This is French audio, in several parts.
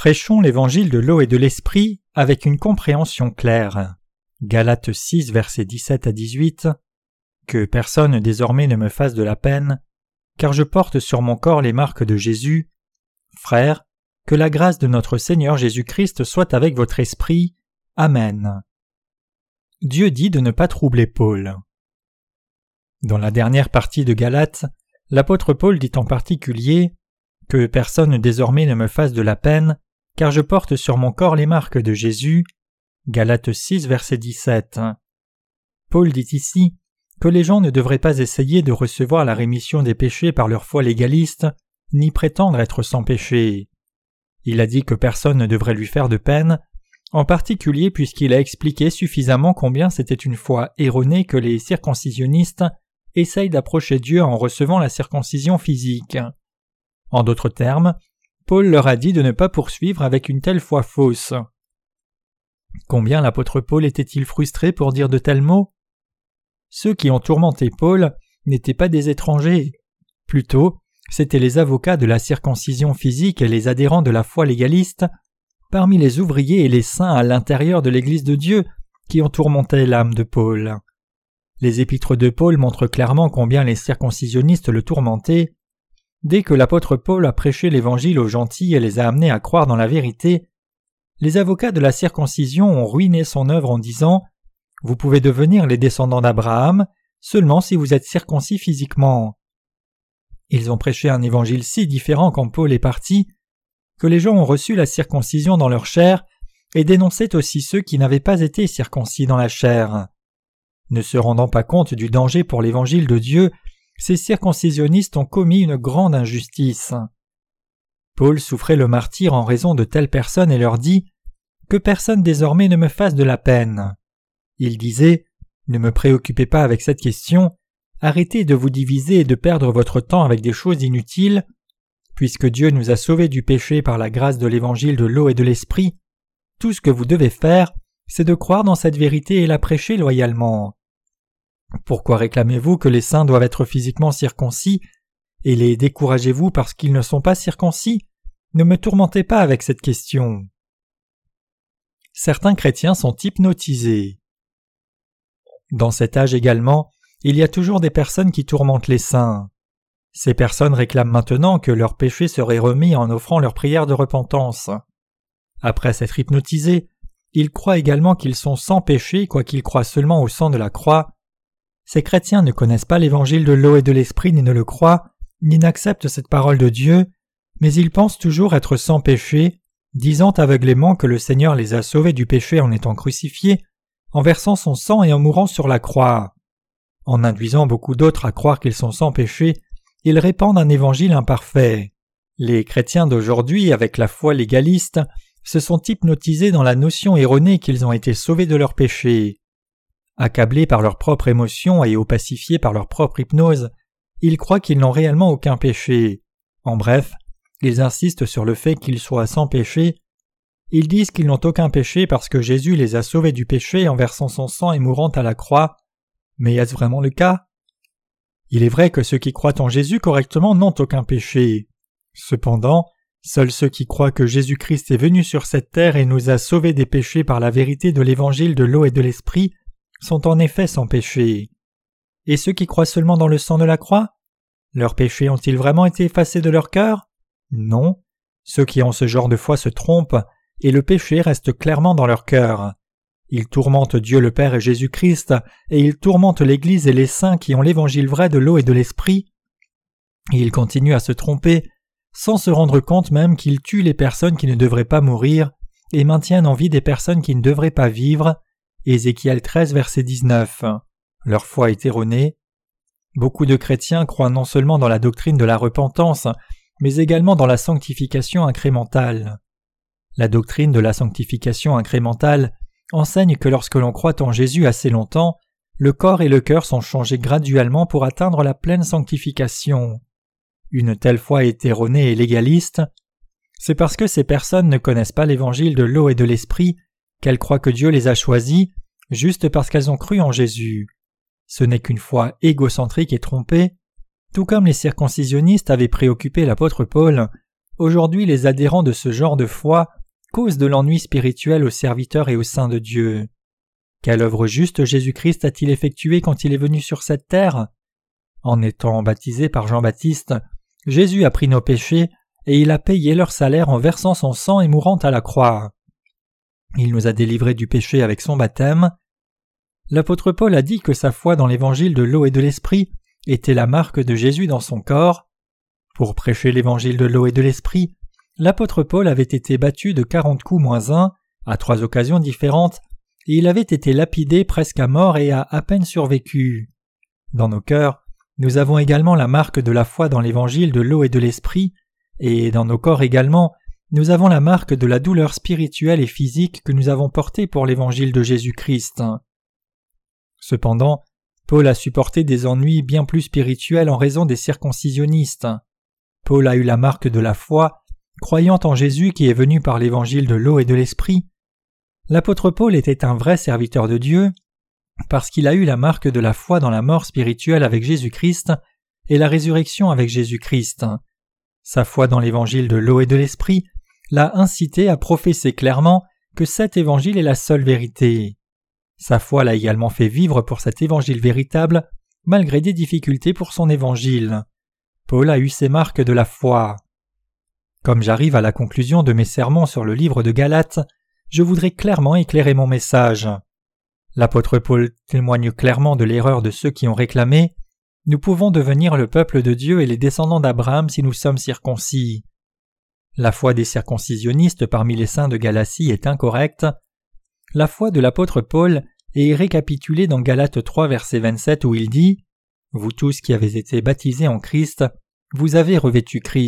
Prêchons l'évangile de l'eau et de l'esprit avec une compréhension claire. Galates 6, versets 17 à 18. Que personne désormais ne me fasse de la peine, car je porte sur mon corps les marques de Jésus. Frères, que la grâce de notre Seigneur Jésus-Christ soit avec votre esprit. Amen. Dieu dit de ne pas troubler Paul. Dans la dernière partie de Galates, l'apôtre Paul dit en particulier « Que personne désormais ne me fasse de la peine, car je porte sur mon corps les marques de Jésus. » Galates 6, verset 17. Paul dit ici que les gens ne devraient pas essayer de recevoir la rémission des péchés par leur foi légaliste, ni prétendre être sans péché. Il a dit que personne ne devrait lui faire de peine, en particulier puisqu'il a expliqué suffisamment combien c'était une foi erronée que les circoncisionnistes essayent d'approcher Dieu en recevant la circoncision physique. En d'autres termes, Paul leur a dit de ne pas poursuivre avec une telle foi fausse. Combien l'apôtre Paul était-il frustré pour dire de tels mots? Ceux qui ont tourmenté Paul n'étaient pas des étrangers. Plutôt, c'étaient les avocats de la circoncision physique et les adhérents de la foi légaliste, parmi les ouvriers et les saints à l'intérieur de l'Église de Dieu, qui ont tourmenté l'âme de Paul. Les épîtres de Paul montrent clairement combien les circoncisionnistes le tourmentaient. Dès que l'apôtre Paul a prêché l'Évangile aux gentils et les a amenés à croire dans la vérité, les avocats de la circoncision ont ruiné son œuvre en disant « Vous pouvez devenir les descendants d'Abraham seulement si vous êtes circoncis physiquement. » Ils ont prêché un évangile si différent quand Paul est parti que les gens ont reçu la circoncision dans leur chair et dénonçaient aussi ceux qui n'avaient pas été circoncis dans la chair. Ne se rendant pas compte du danger pour l'évangile de Dieu, ces circoncisionnistes ont commis une grande injustice. Paul souffrait le martyre en raison de telles personnes et leur dit « Que personne désormais ne me fasse de la peine. » Il disait « Ne me préoccupez pas avec cette question, arrêtez de vous diviser et de perdre votre temps avec des choses inutiles. Puisque Dieu nous a sauvés du péché par la grâce de l'évangile de l'eau et de l'esprit, tout ce que vous devez faire, c'est de croire dans cette vérité et la prêcher loyalement. Pourquoi réclamez-vous que les saints doivent être physiquement circoncis et les découragez-vous parce qu'ils ne sont pas circoncis? Ne me tourmentez pas avec cette question. » Certains chrétiens sont hypnotisés. Dans cet âge également, il y a toujours des personnes qui tourmentent les saints. Ces personnes réclament maintenant que leurs péchés seraient remis en offrant leur prière de repentance. Après s'être hypnotisés, ils croient également qu'ils sont sans péché quoiqu'ils croient seulement au sang de la croix. Ces chrétiens ne connaissent pas l'évangile de l'eau et de l'esprit ni ne le croient, ni n'acceptent cette parole de Dieu, mais ils pensent toujours être sans péché, disant aveuglément que le Seigneur les a sauvés du péché en étant crucifiés, en versant son sang et en mourant sur la croix. En induisant beaucoup d'autres à croire qu'ils sont sans péché, ils répandent un évangile imparfait. Les chrétiens d'aujourd'hui, avec la foi légaliste, se sont hypnotisés dans la notion erronée qu'ils ont été sauvés de leurs péchés. Accablés par leurs propres émotions et opacifiés par leur propre hypnose, ils croient qu'ils n'ont réellement aucun péché. En bref, ils insistent sur le fait qu'ils soient sans péché. Ils disent qu'ils n'ont aucun péché parce que Jésus les a sauvés du péché en versant son sang et mourant à la croix. Mais est-ce vraiment le cas? Il est vrai que ceux qui croient en Jésus correctement n'ont aucun péché. Cependant, seuls ceux qui croient que Jésus-Christ est venu sur cette terre et nous a sauvés des péchés par la vérité de l'évangile de l'eau et de l'esprit sont en effet sans péché. Et ceux qui croient seulement dans le sang de la croix? Leurs péchés ont-ils vraiment été effacés de leur cœur? Non. Ceux qui ont ce genre de foi se trompent, et le péché reste clairement dans leur cœur. Ils tourmentent Dieu le Père et Jésus-Christ, et ils tourmentent l'Église et les saints qui ont l'évangile vrai de l'eau et de l'esprit. Ils continuent à se tromper, sans se rendre compte même qu'ils tuent les personnes qui ne devraient pas mourir, et maintiennent en vie des personnes qui ne devraient pas vivre. Ézéchiel 13, verset 19. Leur foi est erronée. Beaucoup de chrétiens croient non seulement dans la doctrine de la repentance, mais également dans la sanctification incrémentale. La doctrine de la sanctification incrémentale enseigne que lorsque l'on croit en Jésus assez longtemps, le corps et le cœur sont changés graduellement pour atteindre la pleine sanctification. Une telle foi est erronée et légaliste. C'est parce que ces personnes ne connaissent pas l'évangile de l'eau et de l'esprit qu'elles croient que Dieu les a choisis, juste parce qu'elles ont cru en Jésus. Ce n'est qu'une foi égocentrique et trompée. Tout comme les circoncisionnistes avaient préoccupé l'apôtre Paul, aujourd'hui les adhérents de ce genre de foi causent de l'ennui spirituel aux serviteurs et aux saints de Dieu. Quelle œuvre juste Jésus-Christ a-t-il effectuée quand il est venu sur cette terre? En étant baptisé par Jean-Baptiste, Jésus a pris nos péchés et il a payé leur salaire en versant son sang et mourant à la croix. Il nous a délivrés du péché avec son baptême. L'apôtre Paul a dit que sa foi dans l'évangile de l'eau et de l'esprit était la marque de Jésus dans son corps. Pour prêcher l'évangile de l'eau et de l'esprit, l'apôtre Paul avait été battu de 40 coups moins 1 à 3 occasions différentes et il avait été lapidé presque à mort et a à peine survécu. Dans nos cœurs, nous avons également la marque de la foi dans l'évangile de l'eau et de l'esprit, et dans nos corps également, nous avons la marque de la douleur spirituelle et physique que nous avons portée pour l'évangile de Jésus-Christ. Cependant, Paul a supporté des ennuis bien plus spirituels en raison des circoncisionnistes. Paul a eu la marque de la foi, croyant en Jésus qui est venu par l'évangile de l'eau et de l'esprit. L'apôtre Paul était un vrai serviteur de Dieu, parce qu'il a eu la marque de la foi dans la mort spirituelle avec Jésus-Christ et la résurrection avec Jésus-Christ. Sa foi dans l'évangile de l'eau et de l'esprit l'a incité à professer clairement que cet évangile est la seule vérité. Sa foi l'a également fait vivre pour cet évangile véritable, malgré des difficultés pour son évangile. Paul a eu ses marques de la foi. Comme j'arrive à la conclusion de mes sermons sur le livre de Galates, je voudrais clairement éclairer mon message. L'apôtre Paul témoigne clairement de l'erreur de ceux qui ont réclamé « Nous pouvons devenir le peuple de Dieu et les descendants d'Abraham si nous sommes circoncis ». La foi des circoncisionnistes parmi les saints de Galatie est incorrecte. La foi de l'apôtre Paul est récapitulée dans Galates 3 verset 27 où il dit « Vous tous qui avez été baptisés en Christ, vous avez revêtu Christ ».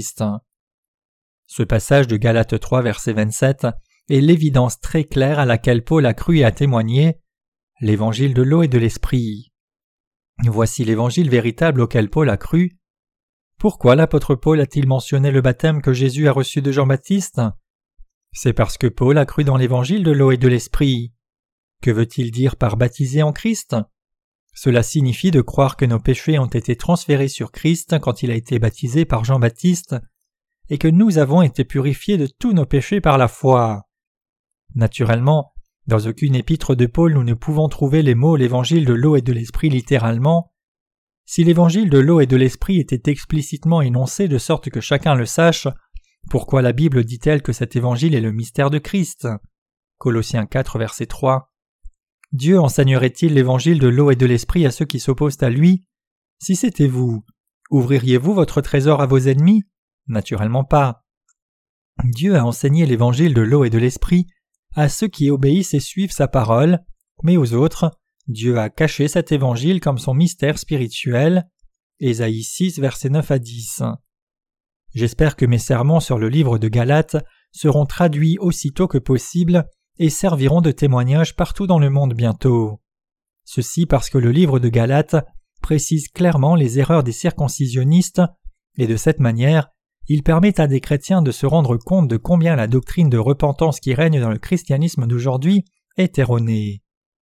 Ce passage de Galates 3 verset 27 est l'évidence très claire à laquelle Paul a cru et a témoigné, l'évangile de l'eau et de l'esprit. Voici l'évangile véritable auquel Paul a cru. Pourquoi l'apôtre Paul a-t-il mentionné le baptême que Jésus a reçu de Jean-Baptiste? C'est parce que Paul a cru dans l'évangile de l'eau et de l'esprit. Que veut-il dire par baptiser en Christ? Cela signifie de croire que nos péchés ont été transférés sur Christ quand il a été baptisé par Jean-Baptiste et que nous avons été purifiés de tous nos péchés par la foi. Naturellement, dans aucune épître de Paul nous ne pouvons trouver les mots « l'évangile de l'eau et de l'esprit » littéralement. Si l'évangile de l'eau et de l'esprit était explicitement énoncé de sorte que chacun le sache, pourquoi la Bible dit-elle que cet évangile est le mystère de Christ? Colossiens 4 verset 3. Dieu enseignerait-il l'évangile de l'eau et de l'esprit à ceux qui s'opposent à lui? Si c'était vous, ouvririez-vous votre trésor à vos ennemis? Naturellement pas. Dieu a enseigné l'évangile de l'eau et de l'esprit à ceux qui obéissent et suivent sa parole, mais aux autres, Dieu a caché cet évangile comme son mystère spirituel. Ésaïe 6, versets 9 à 10. J'espère que mes sermons sur le livre de Galates seront traduits aussitôt que possible et serviront de témoignage partout dans le monde bientôt. Ceci parce que le livre de Galates précise clairement les erreurs des circoncisionnistes et de cette manière, il permet à des chrétiens de se rendre compte de combien la doctrine de repentance qui règne dans le christianisme d'aujourd'hui est erronée.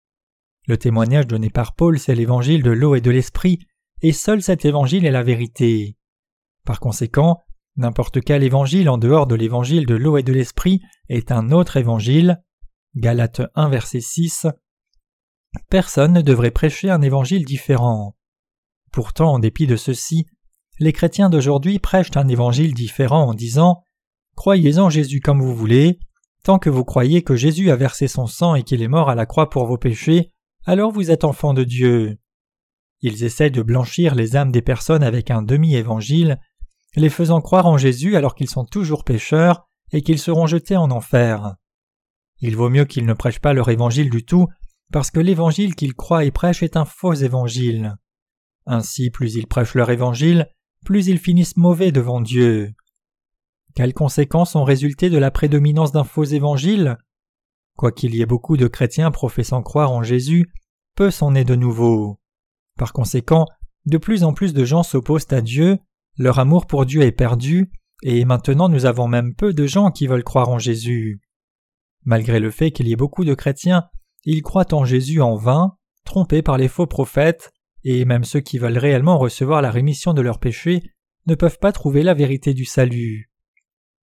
Le témoignage donné par Paul, c'est l'évangile de l'eau et de l'esprit, et seul cet évangile est la vérité. Par conséquent, n'importe quel évangile en dehors de l'évangile de l'eau et de l'esprit est un autre évangile. Galates 1 verset 6. Personne ne devrait prêcher un évangile différent. Pourtant, en dépit de ceci, les chrétiens d'aujourd'hui prêchent un évangile différent en disant « Croyez en Jésus comme vous voulez, tant que vous croyez que Jésus a versé son sang et qu'il est mort à la croix pour vos péchés, alors vous êtes enfants de Dieu. » Ils essaient de blanchir les âmes des personnes avec un demi-évangile, les faisant croire en Jésus alors qu'ils sont toujours pécheurs et qu'ils seront jetés en enfer. Il vaut mieux qu'ils ne prêchent pas leur évangile du tout, parce que l'évangile qu'ils croient et prêchent est un faux évangile. Ainsi, plus ils prêchent leur évangile, plus ils finissent mauvais devant Dieu. Quelles conséquences ont résulté de la prédominance d'un faux évangile? Quoiqu'il y ait beaucoup de chrétiens professant croire en Jésus, peu sont nés de nouveau. Par conséquent, de plus en plus de gens s'opposent à Dieu, leur amour pour Dieu est perdu, et maintenant nous avons même peu de gens qui veulent croire en Jésus. Malgré le fait qu'il y ait beaucoup de chrétiens, ils croient en Jésus en vain, trompés par les faux prophètes, et même ceux qui veulent réellement recevoir la rémission de leurs péchés ne peuvent pas trouver la vérité du salut.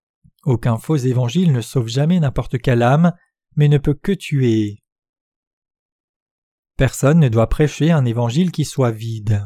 Aucun faux évangile ne sauve jamais n'importe quelle âme, mais ne peut que tuer. Personne ne doit prêcher un évangile qui soit vide.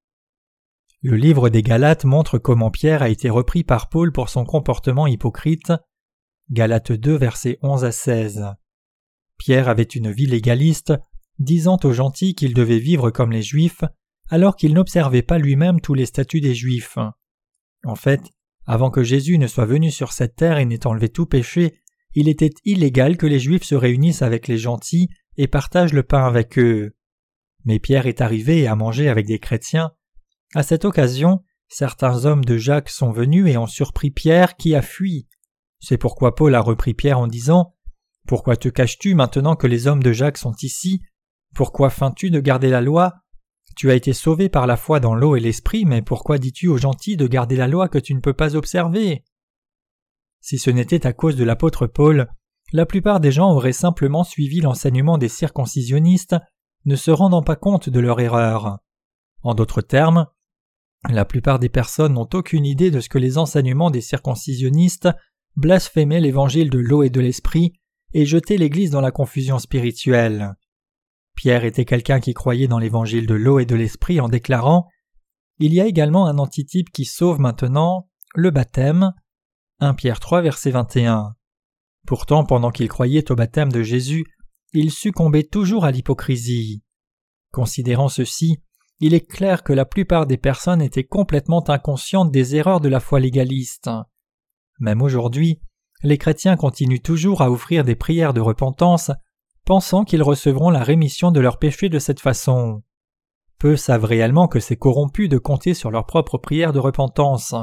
Le livre des Galates montre comment Pierre a été repris par Paul pour son comportement hypocrite. Galates 2, versets 11 à 16. Pierre avait une vie légaliste, disant aux gentils qu'il devait vivre comme les Juifs, alors qu'il n'observait pas lui-même tous les statuts des Juifs. En fait, avant que Jésus ne soit venu sur cette terre et n'ait enlevé tout péché, il était illégal que les Juifs se réunissent avec les gentils et partagent le pain avec eux. Mais Pierre est arrivé et a mangé avec des chrétiens. À cette occasion, certains hommes de Jacques sont venus et ont surpris Pierre qui a fui. C'est pourquoi Paul a repris Pierre en disant « Pourquoi te caches-tu maintenant que les hommes de Jacques sont ici? Pourquoi feins-tu de garder la loi? Tu as été sauvé par la foi dans l'eau et l'esprit, mais pourquoi dis-tu aux gentils de garder la loi que tu ne peux pas observer ?» Si ce n'était à cause de l'apôtre Paul, la plupart des gens auraient simplement suivi l'enseignement des circoncisionnistes, ne se rendant pas compte de leur erreur. En d'autres termes, la plupart des personnes n'ont aucune idée de ce que les enseignements des circoncisionnistes blasphémaient l'évangile de l'eau et de l'esprit et jetaient l'Église dans la confusion spirituelle. Pierre était quelqu'un qui croyait dans l'évangile de l'eau et de l'esprit en déclarant « Il y a également un antitype qui sauve maintenant, le baptême. » 1 Pierre 3, verset 21. Pourtant, pendant qu'il croyait au baptême de Jésus, il succombait toujours à l'hypocrisie. Considérant ceci, il est clair que la plupart des personnes étaient complètement inconscientes des erreurs de la foi légaliste. Même aujourd'hui, les chrétiens continuent toujours à offrir des prières de repentance, pensant qu'ils recevront la rémission de leurs péchés de cette façon. Peu savent réellement que c'est corrompu de compter sur leur propre prière de repentance.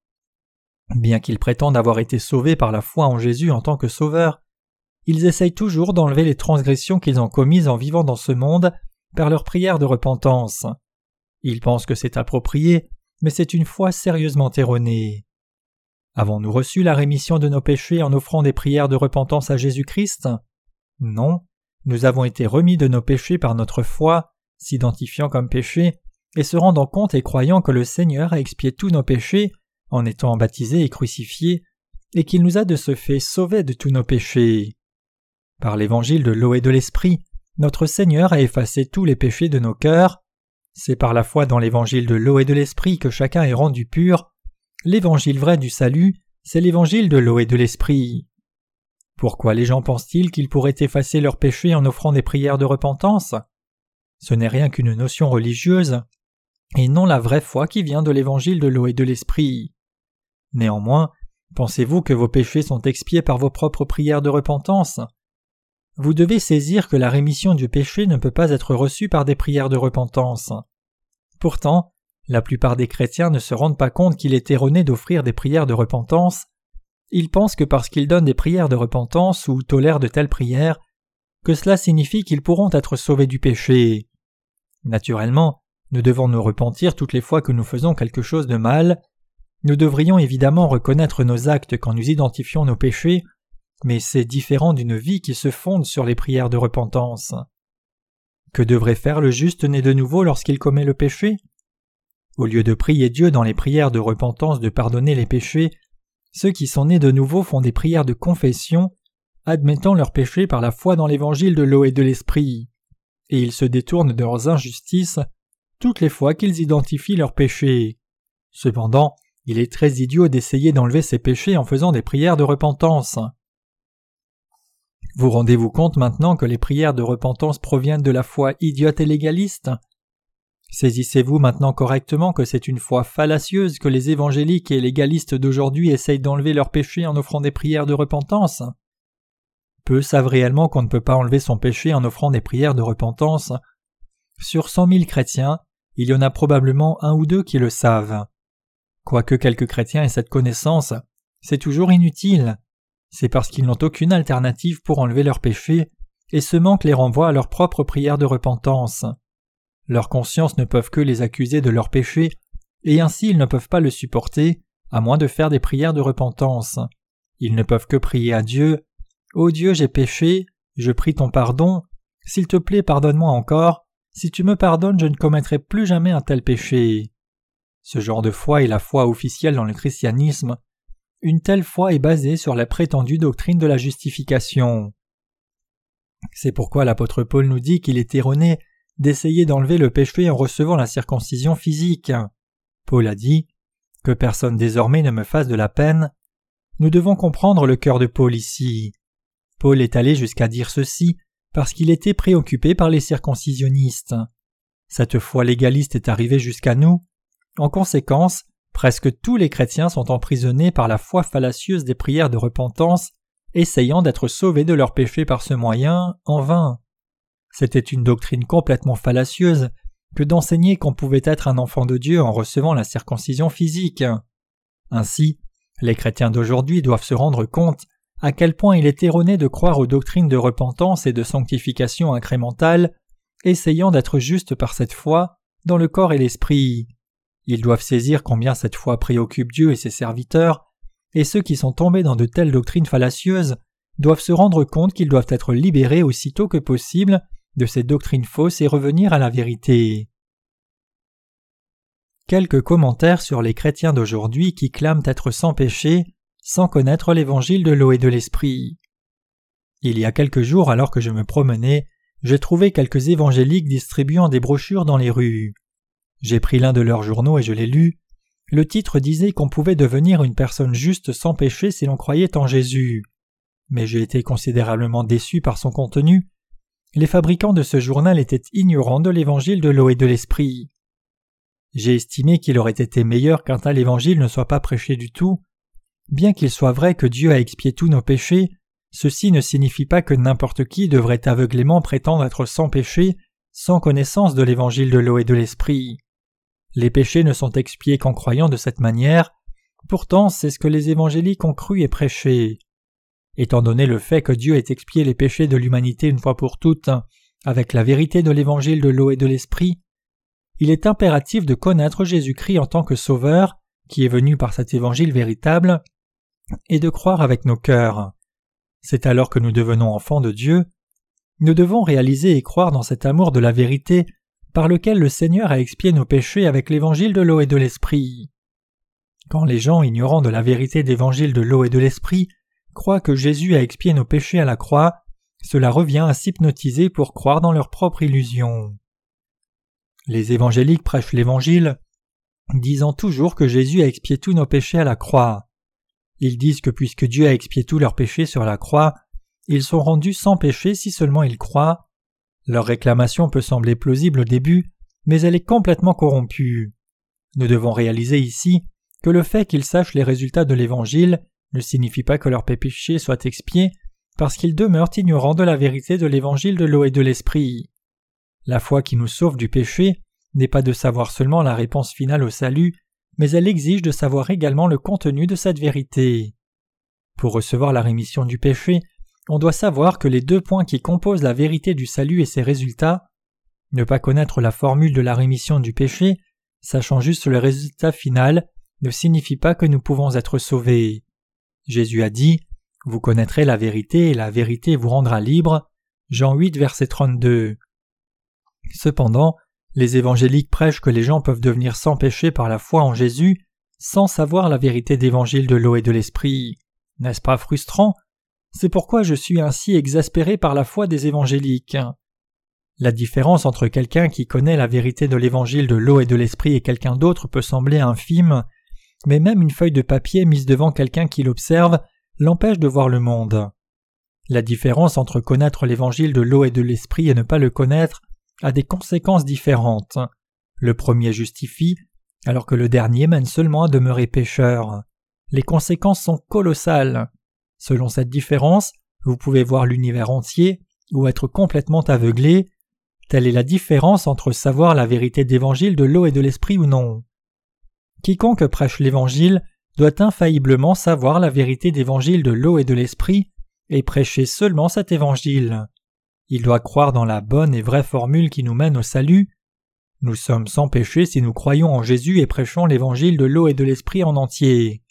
Bien qu'ils prétendent avoir été sauvés par la foi en Jésus en tant que sauveur, ils essayent toujours d'enlever les transgressions qu'ils ont commises en vivant dans ce monde par leur prière de repentance. Ils pensent que c'est approprié, mais c'est une foi sérieusement erronée. Avons-nous reçu la rémission de nos péchés en offrant des prières de repentance à Jésus-Christ? Non, nous avons été remis de nos péchés par notre foi, s'identifiant comme péchés, et se rendant compte et croyant que le Seigneur a expié tous nos péchés en étant baptisé et crucifié, et qu'il nous a de ce fait sauvés de tous nos péchés. Par l'évangile de l'eau et de l'esprit, notre Seigneur a effacé tous les péchés de nos cœurs. C'est par la foi dans l'évangile de l'eau et de l'esprit que chacun est rendu pur. L'évangile vrai du salut, c'est l'évangile de l'eau et de l'esprit. Pourquoi les gens pensent-ils qu'ils pourraient effacer leurs péchés en offrant des prières de repentance? Ce n'est rien qu'une notion religieuse, et non la vraie foi qui vient de l'évangile de l'eau et de l'esprit. Néanmoins, pensez-vous que vos péchés sont expiés par vos propres prières de repentance? Vous devez saisir que la rémission du péché ne peut pas être reçue par des prières de repentance. Pourtant, la plupart des chrétiens ne se rendent pas compte qu'il est erroné d'offrir des prières de repentance. Ils pensent que parce qu'ils donnent des prières de repentance ou tolèrent de telles prières, que cela signifie qu'ils pourront être sauvés du péché. Naturellement, nous devons nous repentir toutes les fois que nous faisons quelque chose de mal. Nous devrions évidemment reconnaître nos actes quand nous identifions nos péchés, mais c'est différent d'une vie qui se fonde sur les prières de repentance. Que devrait faire le juste né de nouveau lorsqu'il commet le péché? Au lieu de prier Dieu dans les prières de repentance de pardonner les péchés, ceux qui sont nés de nouveau font des prières de confession, admettant leurs péchés par la foi dans l'évangile de l'eau et de l'esprit, et ils se détournent de leurs injustices toutes les fois qu'ils identifient leurs péchés. Cependant, il est très idiot d'essayer d'enlever ces péchés en faisant des prières de repentance. Vous rendez-vous compte maintenant que les prières de repentance proviennent de la foi idiote et légaliste? Saisissez-vous maintenant correctement que c'est une foi fallacieuse que les évangéliques et légalistes d'aujourd'hui essayent d'enlever leurs péchés en offrant des prières de repentance? Peu savent réellement qu'on ne peut pas enlever son péché en offrant des prières de repentance. Sur 100 000 chrétiens, il y en a probablement 1 ou 2 qui le savent. Quoique quelques chrétiens aient cette connaissance, c'est toujours inutile. C'est parce qu'ils n'ont aucune alternative pour enlever leurs péchés, et ce manque les renvoie à leurs propres prières de repentance. Leurs consciences ne peuvent que les accuser de leurs péchés, et ainsi ils ne peuvent pas le supporter, à moins de faire des prières de repentance. Ils ne peuvent que prier à Dieu « Ô Dieu, j'ai péché, je prie ton pardon, s'il te plaît pardonne-moi encore, si tu me pardonnes je ne commettrai plus jamais un tel péché. » Ce genre de foi est la foi officielle dans le christianisme. une telle foi est basée sur la prétendue doctrine de la justification. C'est pourquoi l'apôtre Paul nous dit qu'il est erroné d'essayer d'enlever le péché en recevant la circoncision physique. Paul a dit « Que personne désormais ne me fasse de la peine ». Nous devons comprendre le cœur de Paul ici. Paul est allé jusqu'à dire ceci parce qu'il était préoccupé par les circoncisionnistes. Cette foi légaliste est arrivée jusqu'à nous. En conséquence, presque tous les chrétiens sont emprisonnés par la foi fallacieuse des prières de repentance, essayant d'être sauvés de leurs péchés par ce moyen, en vain. C'était une doctrine complètement fallacieuse que d'enseigner qu'on pouvait être un enfant de Dieu en recevant la circoncision physique. Ainsi, les chrétiens d'aujourd'hui doivent se rendre compte à quel point il est erroné de croire aux doctrines de repentance et de sanctification incrémentale, essayant d'être justes par cette foi dans le corps et l'esprit. Ils doivent saisir combien cette foi préoccupe Dieu et ses serviteurs, et ceux qui sont tombés dans de telles doctrines fallacieuses doivent se rendre compte qu'ils doivent être libérés aussitôt que possible de ces doctrines fausses et revenir à la vérité. Quelques commentaires sur les chrétiens d'aujourd'hui qui clament être sans péché, sans connaître l'évangile de l'eau et de l'esprit. Il y a quelques jours, alors que je me promenais, j'ai trouvé quelques évangéliques distribuant des brochures dans les rues. J'ai pris l'un de leurs journaux et je l'ai lu. Le titre disait qu'on pouvait devenir une personne juste sans péché si l'on croyait en Jésus. Mais j'ai été considérablement déçu par son contenu. Les fabricants de ce journal étaient ignorants de l'évangile de l'eau et de l'esprit. J'ai estimé qu'il aurait été meilleur qu'un tel évangile ne soit pas prêché du tout. Bien qu'il soit vrai que Dieu a expié tous nos péchés, ceci ne signifie pas que n'importe qui devrait aveuglément prétendre être sans péché, sans connaissance de l'évangile de l'eau et de l'esprit. Les péchés ne sont expiés qu'en croyant de cette manière, pourtant c'est ce que les évangéliques ont cru et prêché. Étant donné le fait que Dieu ait expié les péchés de l'humanité une fois pour toutes, avec la vérité de l'évangile de l'eau et de l'esprit, il est impératif de connaître Jésus-Christ en tant que Sauveur, qui est venu par cet évangile véritable, et de croire avec nos cœurs. C'est alors que nous devenons enfants de Dieu. Nous devons réaliser et croire dans cet amour de la vérité par lequel le Seigneur a expié nos péchés avec l'évangile de l'eau et de l'esprit. Quand les gens ignorant de la vérité d'évangile de l'eau et de l'esprit croient que Jésus a expié nos péchés à la croix, cela revient à s'hypnotiser pour croire dans leur propre illusion. Les évangéliques prêchent l'évangile, disant toujours que Jésus a expié tous nos péchés à la croix. Ils disent que puisque Dieu a expié tous leurs péchés sur la croix, ils sont rendus sans péché si seulement ils croient. Leur réclamation peut sembler plausible au début, mais elle est complètement corrompue. Nous devons réaliser ici que le fait qu'ils sachent les résultats de l'Évangile ne signifie pas que leurs péchés soient expiés, parce qu'ils demeurent ignorants de la vérité de l'Évangile de l'eau et de l'Esprit. La foi qui nous sauve du péché n'est pas de savoir seulement la réponse finale au salut, mais elle exige de savoir également le contenu de cette vérité. Pour recevoir la rémission du péché, on doit savoir que les deux points qui composent la vérité du salut et ses résultats, ne pas connaître la formule de la rémission du péché, sachant juste le résultat final, ne signifie pas que nous pouvons être sauvés. Jésus a dit « Vous connaîtrez la vérité et la vérité vous rendra libre » Jean 8, verset 32. Cependant, les évangéliques prêchent que les gens peuvent devenir sans péché par la foi en Jésus sans savoir la vérité d'évangile de l'eau et de l'esprit. N'est-ce pas frustrant? C'est pourquoi je suis ainsi exaspéré par la foi des évangéliques. La différence entre quelqu'un qui connaît la vérité de l'évangile de l'eau et de l'esprit et quelqu'un d'autre peut sembler infime, mais même une feuille de papier mise devant quelqu'un qui l'observe l'empêche de voir le monde. La différence entre connaître l'évangile de l'eau et de l'esprit et ne pas le connaître a des conséquences différentes. Le premier justifie, alors que le dernier mène seulement à demeurer pécheur. Les conséquences sont colossales. Selon cette différence, vous pouvez voir l'univers entier ou être complètement aveuglé. Telle est la différence entre savoir la vérité d'évangile de l'eau et de l'esprit ou non. Quiconque prêche l'évangile doit infailliblement savoir la vérité d'évangile de l'eau et de l'esprit et prêcher seulement cet évangile. Il doit croire dans la bonne et vraie formule qui nous mène au salut. Nous sommes sans péché si nous croyons en Jésus et prêchons l'évangile de l'eau et de l'esprit en entier.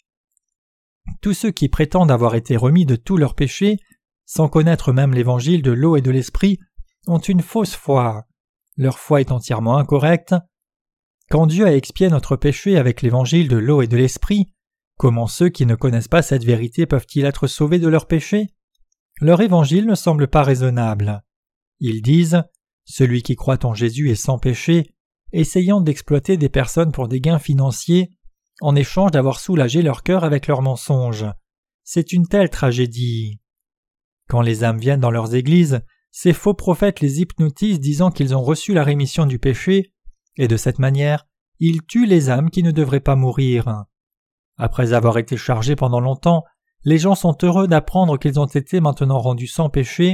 Tous ceux qui prétendent avoir été remis de tous leurs péchés, sans connaître même l'évangile de l'eau et de l'esprit, ont une fausse foi. Leur foi est entièrement incorrecte. Quand Dieu a expié notre péché avec l'évangile de l'eau et de l'esprit, Comment ceux qui ne connaissent pas cette vérité peuvent-ils être sauvés de leurs péchés? Leur évangile ne semble pas raisonnable. Ils disent « Celui qui croit en Jésus est sans péché », essayant d'exploiter des personnes pour des gains financiers, en échange d'avoir soulagé leur cœur avec leurs mensonges. C'est une telle tragédie. Quand les âmes viennent dans leurs églises, ces faux prophètes les hypnotisent disant qu'ils ont reçu la rémission du péché, et de cette manière, ils tuent les âmes qui ne devraient pas mourir. Après avoir été chargés pendant longtemps, les gens sont heureux d'apprendre qu'ils ont été maintenant rendus sans péché,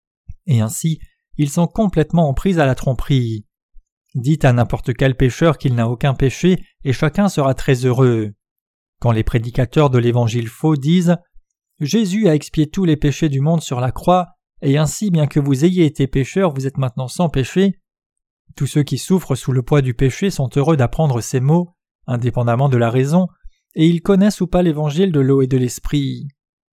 et ainsi, ils sont complètement en prise à la tromperie. Dites à n'importe quel pécheur qu'il n'a aucun péché, et chacun sera très heureux. Quand les prédicateurs de l'évangile faux disent « Jésus a expié tous les péchés du monde sur la croix, et ainsi, bien que vous ayez été pécheur, vous êtes maintenant sans péché », tous ceux qui souffrent sous le poids du péché sont heureux d'apprendre ces mots, indépendamment de la raison, et ils connaissent ou pas l'évangile de l'eau et de l'esprit.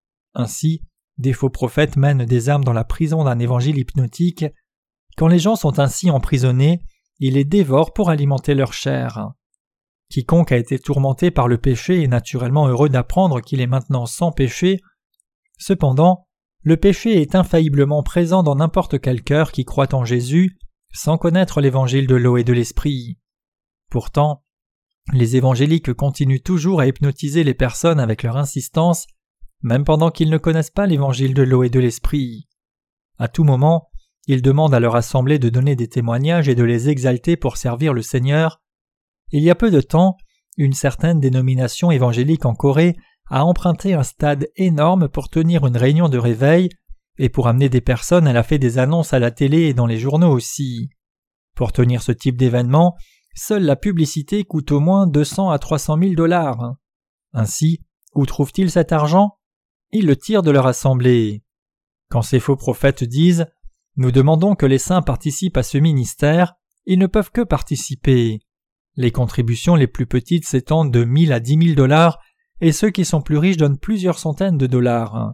Ainsi, des faux prophètes mènent des âmes dans la prison d'un évangile hypnotique. Quand les gens sont ainsi emprisonnés, ils les dévorent pour alimenter leur chair. Quiconque a été tourmenté par le péché est naturellement heureux d'apprendre qu'il est maintenant sans péché. Cependant, le péché est infailliblement présent dans n'importe quel cœur qui croit en Jésus, sans connaître l'évangile de l'eau et de l'esprit. Pourtant, les évangéliques continuent toujours à hypnotiser les personnes avec leur insistance, même pendant qu'ils ne connaissent pas l'évangile de l'eau et de l'esprit. À tout moment, ils demandent à leur assemblée de donner des témoignages et de les exalter pour servir le Seigneur. Il y a peu de temps, une certaine dénomination évangélique en Corée a emprunté un stade énorme pour tenir une réunion de réveil, et pour amener des personnes, elle a fait des annonces à la télé et dans les journaux aussi. Pour tenir ce type d'événement, seule la publicité coûte au moins 200 à 300 000 $. Ainsi, où trouvent-ils cet argent? Ils le tirent de leur assemblée. Quand ces faux prophètes disent « Nous demandons que les saints participent à ce ministère », ils ne peuvent que participer. Les contributions les plus petites s'étendent de 1 000 à 10 000 $, et ceux qui sont plus riches donnent plusieurs centaines de dollars.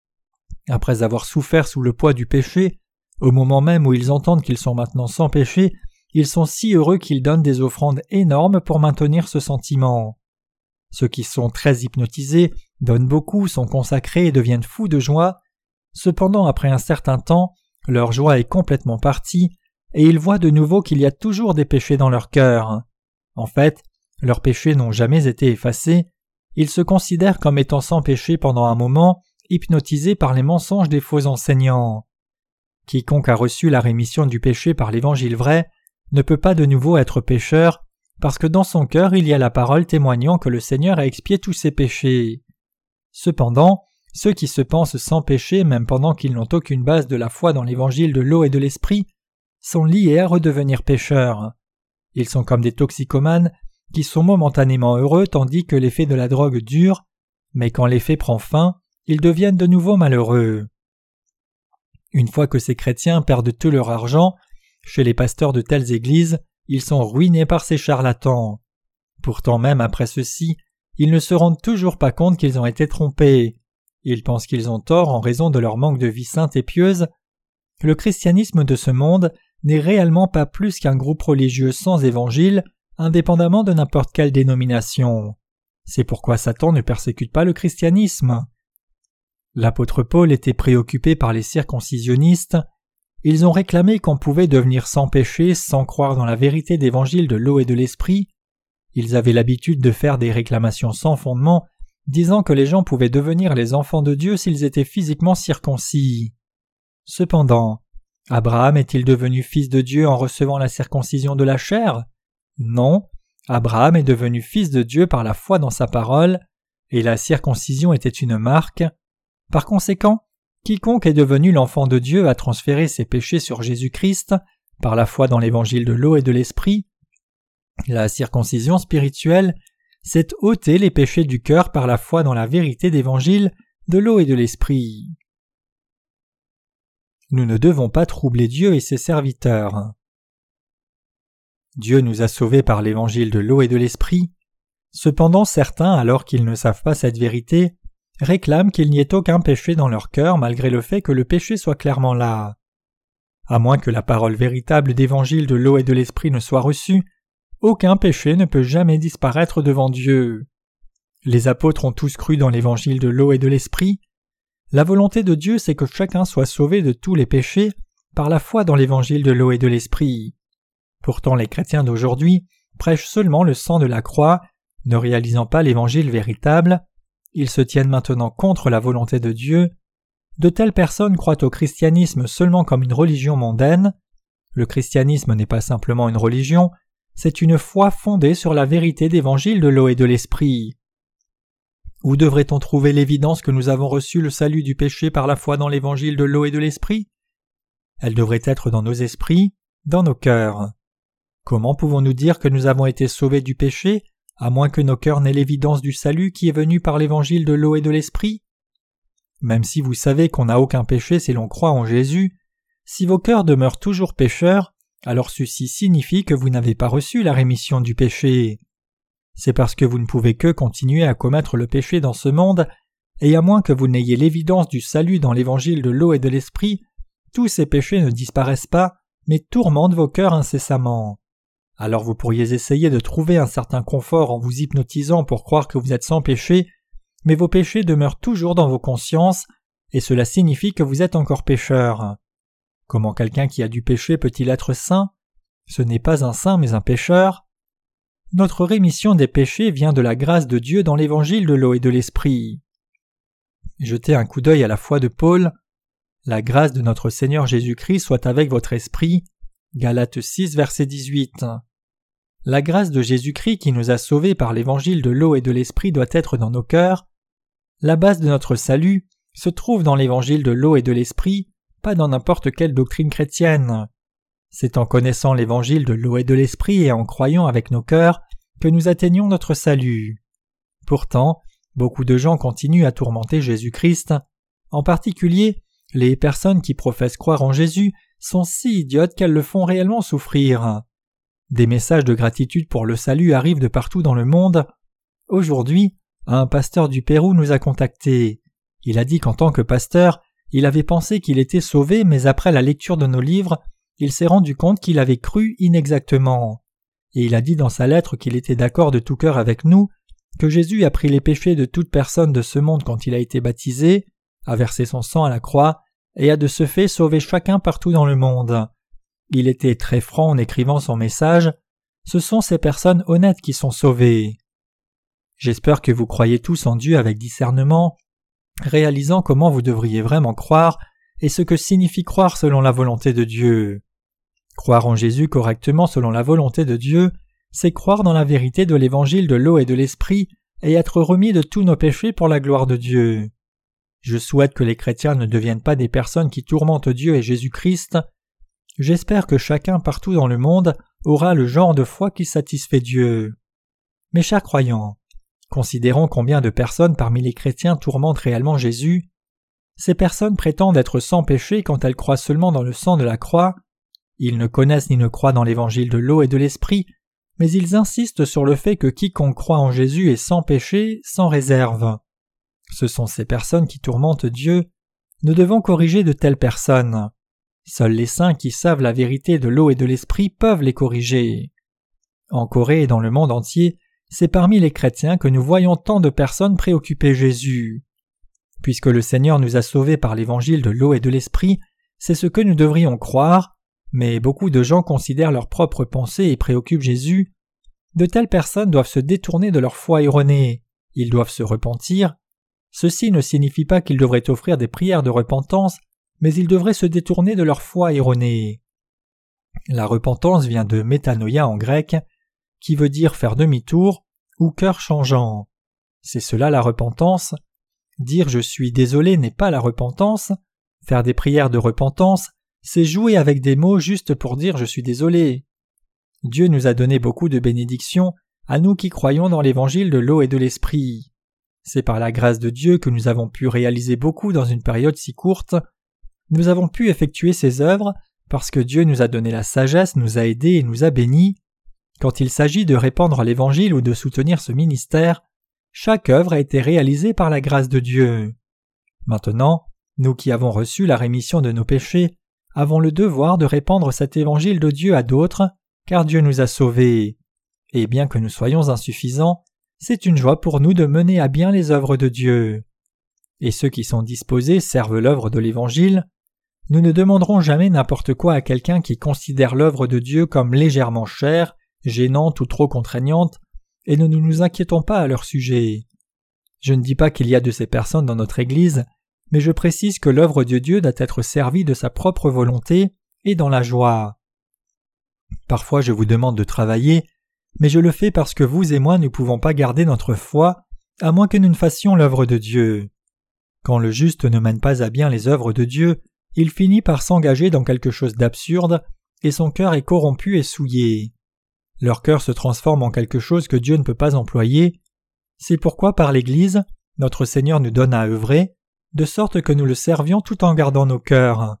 Après avoir souffert sous le poids du péché, au moment même où ils entendent qu'ils sont maintenant sans péché, ils sont si heureux qu'ils donnent des offrandes énormes pour maintenir ce sentiment. Ceux qui sont très hypnotisés donnent beaucoup, sont consacrés et deviennent fous de joie. Cependant, après un certain temps, leur joie est complètement partie, et ils voient de nouveau qu'il y a toujours des péchés dans leur cœur. En fait, leurs péchés n'ont jamais été effacés. Ils se considèrent comme étant sans péché pendant un moment, hypnotisés par les mensonges des faux enseignants. Quiconque a reçu la rémission du péché par l'évangile vrai ne peut pas de nouveau être pécheur, parce que dans son cœur il y a la parole témoignant que le Seigneur a expié tous ses péchés. Cependant, ceux qui se pensent sans péché même pendant qu'ils n'ont aucune base de la foi dans l'évangile de l'eau et de l'esprit sont liés à redevenir pécheurs. Ils sont comme des toxicomanes qui sont momentanément heureux tandis que l'effet de la drogue dure, mais quand l'effet prend fin, ils deviennent de nouveau malheureux. Une fois que ces chrétiens perdent tout leur argent, chez les pasteurs de telles églises, ils sont ruinés par ces charlatans. Pourtant même après ceci, ils ne se rendent toujours pas compte qu'ils ont été trompés. Ils pensent qu'ils ont tort en raison de leur manque de vie sainte et pieuse. Le christianisme de ce monde n'est réellement pas plus qu'un groupe religieux sans évangile, indépendamment de n'importe quelle dénomination. C'est pourquoi Satan ne persécute pas le christianisme. L'apôtre Paul était préoccupé par les circoncisionnistes. Ils ont réclamé qu'on pouvait devenir sans péché sans croire dans la vérité d'évangile de l'eau et de l'esprit. Ils avaient l'habitude de faire des réclamations sans fondement, disant que les gens pouvaient devenir les enfants de Dieu s'ils étaient physiquement circoncis. Cependant, Abraham est-il devenu fils de Dieu en recevant la circoncision de la chair? Non, Abraham est devenu fils de Dieu par la foi dans sa parole, et la circoncision était une marque. Par conséquent, quiconque est devenu l'enfant de Dieu a transféré ses péchés sur Jésus-Christ par la foi dans l'évangile de l'eau et de l'esprit. La circoncision spirituelle, c'est ôter les péchés du cœur par la foi dans la vérité d'évangile de l'eau et de l'esprit. Nous ne devons pas troubler Dieu et ses serviteurs. Dieu nous a sauvés par l'évangile de l'eau et de l'esprit. Cependant, certains, alors qu'ils ne savent pas cette vérité, réclament qu'il n'y ait aucun péché dans leur cœur malgré le fait que le péché soit clairement là. À moins que la parole véritable d'évangile de l'eau et de l'esprit ne soit reçue, aucun péché ne peut jamais disparaître devant Dieu. Les apôtres ont tous cru dans l'évangile de l'eau et de l'esprit. La volonté de Dieu, c'est que chacun soit sauvé de tous les péchés par la foi dans l'évangile de l'eau et de l'esprit. Pourtant, les chrétiens d'aujourd'hui prêchent seulement le sang de la croix, ne réalisant pas l'évangile véritable. Ils se tiennent maintenant contre la volonté de Dieu. De telles personnes croient au christianisme seulement comme une religion mondaine. Le christianisme n'est pas simplement une religion, c'est une foi fondée sur la vérité d'évangile de l'eau et de l'esprit. Où devrait-on trouver l'évidence que nous avons reçu le salut du péché par la foi dans l'évangile de l'eau et de l'esprit? Elle devrait être dans nos esprits, dans nos cœurs. Comment pouvons-nous dire que nous avons été sauvés du péché, à moins que nos cœurs n'aient l'évidence du salut qui est venu par l'évangile de l'eau et de l'esprit? Même si vous savez qu'on n'a aucun péché si l'on croit en Jésus, si vos cœurs demeurent toujours pécheurs, alors ceci signifie que vous n'avez pas reçu la rémission du péché. C'est parce que vous ne pouvez que continuer à commettre le péché dans ce monde, et à moins que vous n'ayez l'évidence du salut dans l'évangile de l'eau et de l'esprit, tous ces péchés ne disparaissent pas, mais tourmentent vos cœurs incessamment. Alors vous pourriez essayer de trouver un certain confort en vous hypnotisant pour croire que vous êtes sans péché, mais vos péchés demeurent toujours dans vos consciences, et cela signifie que vous êtes encore pécheur. Comment quelqu'un qui a du péché peut-il être saint? Ce n'est pas un saint mais un pécheur. Notre rémission des péchés vient de la grâce de Dieu dans l'évangile de l'eau et de l'esprit. Jetez un coup d'œil à la foi de Paul. La grâce de notre Seigneur Jésus-Christ soit avec votre esprit. Galates 6, verset 18. La grâce de Jésus-Christ qui nous a sauvés par l'évangile de l'eau et de l'esprit doit être dans nos cœurs. La base de notre salut se trouve dans l'évangile de l'eau et de l'esprit, pas dans n'importe quelle doctrine chrétienne. C'est en connaissant l'évangile de l'eau et de l'esprit et en croyant avec nos cœurs que nous atteignons notre salut. Pourtant, beaucoup de gens continuent à tourmenter Jésus-Christ. En particulier, les personnes qui professent croire en Jésus sont si idiotes qu'elles le font réellement souffrir. Des messages de gratitude pour le salut arrivent de partout dans le monde. Aujourd'hui, un pasteur du Pérou nous a contactés. Il a dit qu'en tant que pasteur, il avait pensé qu'il était sauvé, mais après la lecture de nos livres, il s'est rendu compte qu'il avait cru inexactement. Et il a dit dans sa lettre qu'il était d'accord de tout cœur avec nous, que Jésus a pris les péchés de toute personne de ce monde quand il a été baptisé, a versé son sang à la croix, et a de ce fait sauvé chacun partout dans le monde. Il était très franc en écrivant son message. Ce sont ces personnes honnêtes qui sont sauvées. J'espère que vous croyez tous en Dieu avec discernement, réalisant comment vous devriez vraiment croire et ce que signifie croire selon la volonté de Dieu. Croire en Jésus correctement selon la volonté de Dieu, c'est croire dans la vérité de l'évangile de l'eau et de l'esprit et être remis de tous nos péchés pour la gloire de Dieu. Je souhaite que les chrétiens ne deviennent pas des personnes qui tourmentent Dieu et Jésus-Christ. J'espère que chacun partout dans le monde aura le genre de foi qui satisfait Dieu. Mes chers croyants, considérons combien de personnes parmi les chrétiens tourmentent réellement Jésus. Ces personnes prétendent être sans péché quand elles croient seulement dans le sang de la croix. Ils ne connaissent ni ne croient dans l'évangile de l'eau et de l'esprit, mais ils insistent sur le fait que quiconque croit en Jésus est sans péché, sans réserve. Ce sont ces personnes qui tourmentent Dieu. Nous devons corriger de telles personnes. Seuls les saints qui savent la vérité de l'eau et de l'esprit peuvent les corriger. En Corée et dans le monde entier, c'est parmi les chrétiens que nous voyons tant de personnes préoccuper Jésus. Puisque le Seigneur nous a sauvés par l'évangile de l'eau et de l'esprit, c'est ce que nous devrions croire, mais beaucoup de gens considèrent leurs propres pensées et préoccupent Jésus. De telles personnes doivent se détourner de leur foi erronée. Ils doivent se repentir. Ceci ne signifie pas qu'ils devraient offrir des prières de repentance, mais ils devraient se détourner de leur foi erronée. La repentance vient de métanoïa en grec, qui veut dire faire demi-tour ou cœur changeant. C'est cela la repentance. Dire « je suis désolé » n'est pas la repentance. Faire des prières de repentance, c'est jouer avec des mots juste pour dire « je suis désolé ». Dieu nous a donné beaucoup de bénédictions à nous qui croyons dans l'évangile de l'eau et de l'esprit. C'est par la grâce de Dieu que nous avons pu réaliser beaucoup dans une période si courte. Nous avons pu effectuer ces œuvres parce que Dieu nous a donné la sagesse, nous a aidés et nous a bénis. Quand il s'agit de répandre l'évangile ou de soutenir ce ministère, chaque œuvre a été réalisée par la grâce de Dieu. Maintenant, nous qui avons reçu la rémission de nos péchés, avons le devoir de répandre cet évangile de Dieu à d'autres, car Dieu nous a sauvés. Et bien que nous soyons insuffisants, c'est une joie pour nous de mener à bien les œuvres de Dieu. Et ceux qui sont disposés servent l'œuvre de l'Évangile. Nous ne demanderons jamais n'importe quoi à quelqu'un qui considère l'œuvre de Dieu comme légèrement chère, gênante ou trop contraignante, et nous ne nous inquiétons pas à leur sujet. Je ne dis pas qu'il y a de ces personnes dans notre Église, mais je précise que l'œuvre de Dieu doit être servie de sa propre volonté et dans la joie. Parfois je vous demande de travailler, mais je le fais parce que vous et moi ne pouvons pas garder notre foi, à moins que nous ne fassions l'œuvre de Dieu. Quand le juste ne mène pas à bien les œuvres de Dieu, il finit par s'engager dans quelque chose d'absurde, et son cœur est corrompu et souillé. Leur cœur se transforme en quelque chose que Dieu ne peut pas employer. C'est pourquoi par l'Église, notre Seigneur nous donne à œuvrer, de sorte que nous le servions tout en gardant nos cœurs.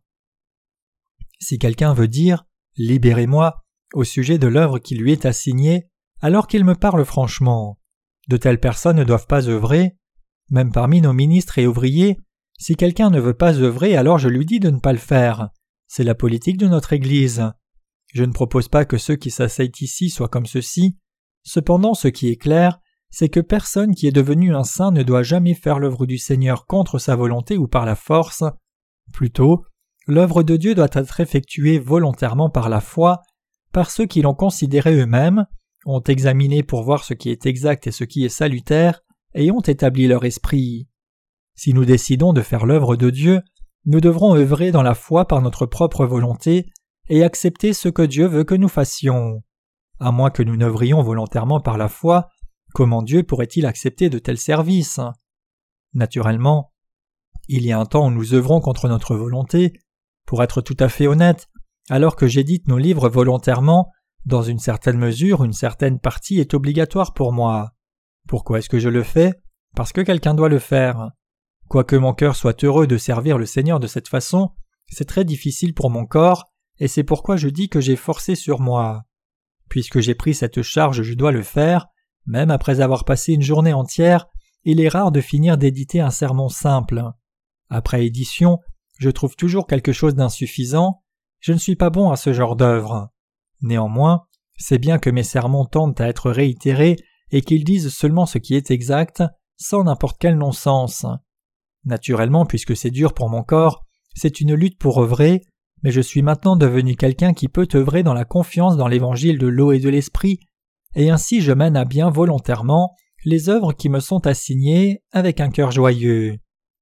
Si quelqu'un veut dire « Libérez-moi » au sujet de l'œuvre qui lui est assignée, alors qu'il me parle franchement. De telles personnes ne doivent pas œuvrer. Même parmi nos ministres et ouvriers, si quelqu'un ne veut pas œuvrer, alors je lui dis de ne pas le faire. C'est la politique de notre Église. Je ne propose pas que ceux qui s'asseyent ici soient comme ceux-ci. Cependant, ce qui est clair, c'est que personne qui est devenu un saint ne doit jamais faire l'œuvre du Seigneur contre sa volonté ou par la force. Plutôt, l'œuvre de Dieu doit être effectuée volontairement par la foi, par ceux qui l'ont considéré eux-mêmes, ont examiné pour voir ce qui est exact et ce qui est salutaire, et ont établi leur esprit. Si nous décidons de faire l'œuvre de Dieu, nous devrons œuvrer dans la foi par notre propre volonté et accepter ce que Dieu veut que nous fassions. À moins que nous n'œuvrions volontairement par la foi, comment Dieu pourrait-il accepter de tels services? Naturellement, il y a un temps où nous œuvrons contre notre volonté. Pour être tout à fait honnête, alors que j'édite nos livres volontairement, dans une certaine mesure, une certaine partie est obligatoire pour moi. Pourquoi est-ce que je le fais? Parce que quelqu'un doit le faire. Quoique mon cœur soit heureux de servir le Seigneur de cette façon, c'est très difficile pour mon corps, et c'est pourquoi je dis que j'ai forcé sur moi. Puisque j'ai pris cette charge, je dois le faire, même après avoir passé une journée entière, il est rare de finir d'éditer un sermon simple. Après édition, je trouve toujours quelque chose d'insuffisant. Je ne suis pas bon à ce genre d'œuvre. Néanmoins, c'est bien que mes sermons tendent à être réitérés et qu'ils disent seulement ce qui est exact, sans n'importe quel non-sens. Naturellement, puisque c'est dur pour mon corps, c'est une lutte pour œuvrer, mais je suis maintenant devenu quelqu'un qui peut œuvrer dans la confiance dans l'évangile de l'eau et de l'esprit, et ainsi je mène à bien volontairement les œuvres qui me sont assignées avec un cœur joyeux.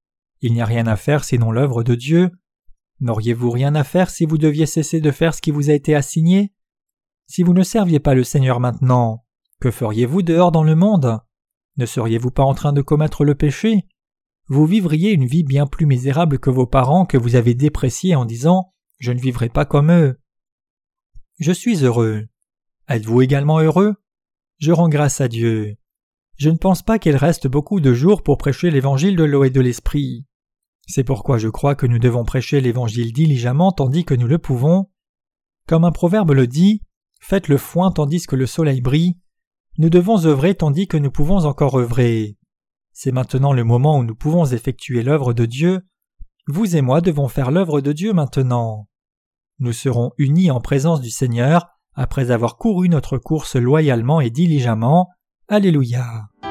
Il n'y a rien à faire sinon l'œuvre de Dieu. N'auriez-vous rien à faire si vous deviez cesser de faire ce qui vous a été assigné? Si vous ne serviez pas le Seigneur maintenant, que feriez-vous dehors dans le monde? Ne seriez-vous pas en train de commettre le péché? Vous vivriez une vie bien plus misérable que vos parents que vous avez dépréciés en disant « Je ne vivrai pas comme eux ». Je suis heureux. Êtes-vous également heureux? Je rends grâce à Dieu. Je ne pense pas qu'il reste beaucoup de jours pour prêcher l'évangile de l'eau et de l'esprit. C'est pourquoi je crois que nous devons prêcher l'évangile diligemment tandis que nous le pouvons. Comme un proverbe le dit, « Faites le foin tandis que le soleil brille », nous devons œuvrer tandis que nous pouvons encore œuvrer. C'est maintenant le moment où nous pouvons effectuer l'œuvre de Dieu. Vous et moi devons faire l'œuvre de Dieu maintenant. Nous serons unis en présence du Seigneur après avoir couru notre course loyalement et diligemment. Alléluia.